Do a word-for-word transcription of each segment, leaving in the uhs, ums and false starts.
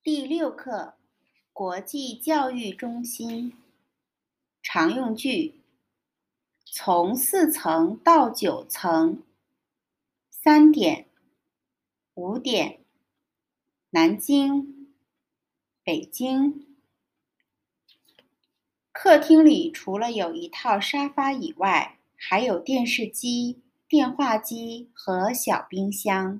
第六课，国际教育中心。常用句：从四层到九层。三点、五点。南京、北京。客厅里除了有一套沙发以外，还有电视机、电话机和小冰箱。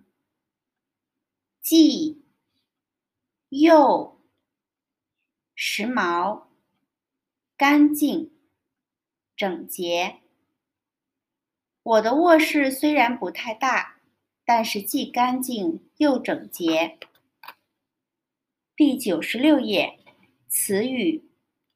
既、又。时髦、干净、整洁。我的卧室虽然不太大，但是既干净又整洁。第九十六页，词语：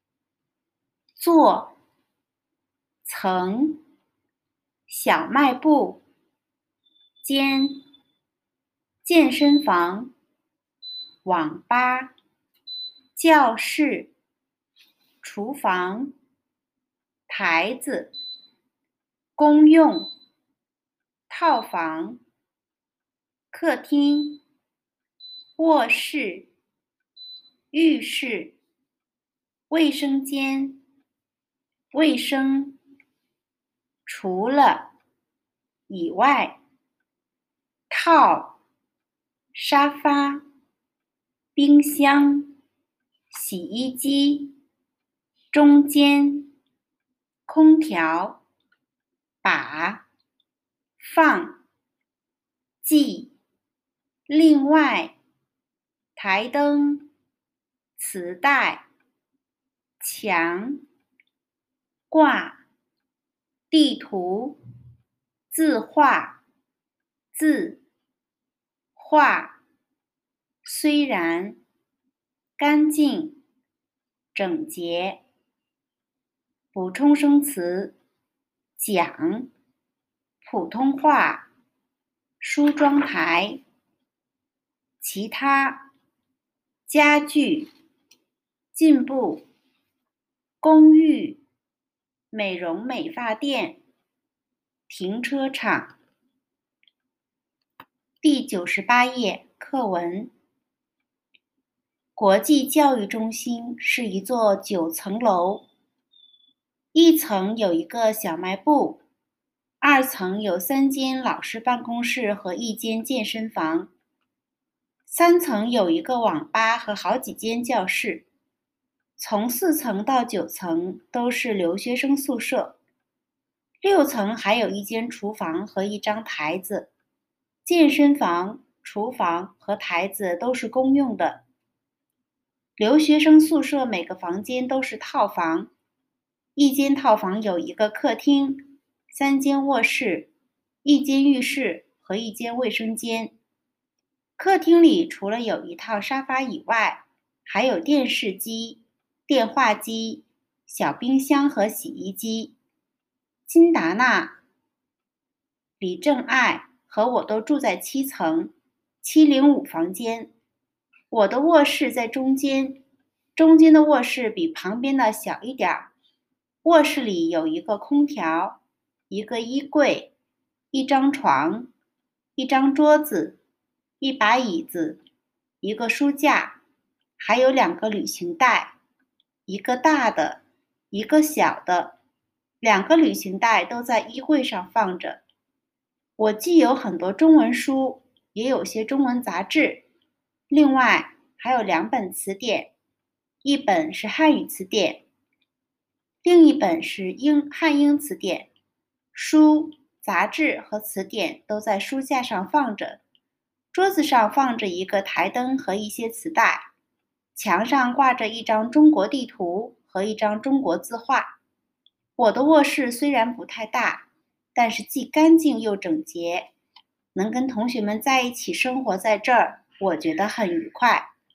座、层、小卖部、间、健身房、网吧、教室、厨房、台子、公用、套房、客厅、卧室、浴室、卫生间、卫生、除了、以外、套、沙发、冰箱、洗衣机、中间、空调、把、放、记、另外、台灯、磁带、墙、挂、地图、字画、字、画、虽然、干净、整洁。补充生词：讲、普通话、梳妆台、其他、家具、进步、公寓、美容美发店、停车场。第九十八页，课文。国际教育中心是一座九层楼，一层有一个小卖部，二层有三间老师办公室和一间健身房，三层有一个网吧和好几间教室。从四层到九层都是留学生宿舍，六层还有一间厨房和一张台子。健身房、厨房和台子都是公用的。留学生宿舍每个房间都是套房，一间套房有一个客厅、三间卧室、一间浴室和一间卫生间。客厅里除了有一套沙发以外，还有电视机、电话机、小冰箱和洗衣机。金达娜、李正爱和我都住在七层，七零五房间。我的卧室在中间，中间的卧室比旁边的小一点儿。卧室里有一个空调，一个衣柜，一张床，一张桌子，一把椅子，一个书架，还有两个旅行袋，一个大的，一个小的，两个旅行袋都在衣柜上放着。我既有很多中文书，也有些中文杂志，另外还有两本词典，一本是汉语词典，另一本是英汉英词典。书、杂志和词典都在书架上放着，桌子上放着一个台灯和一些磁带，墙上挂着一张中国地图和一张中国字画。我的卧室虽然不太大，但是既干净又整洁，能跟同学们在一起生活在这儿，我觉得很愉快。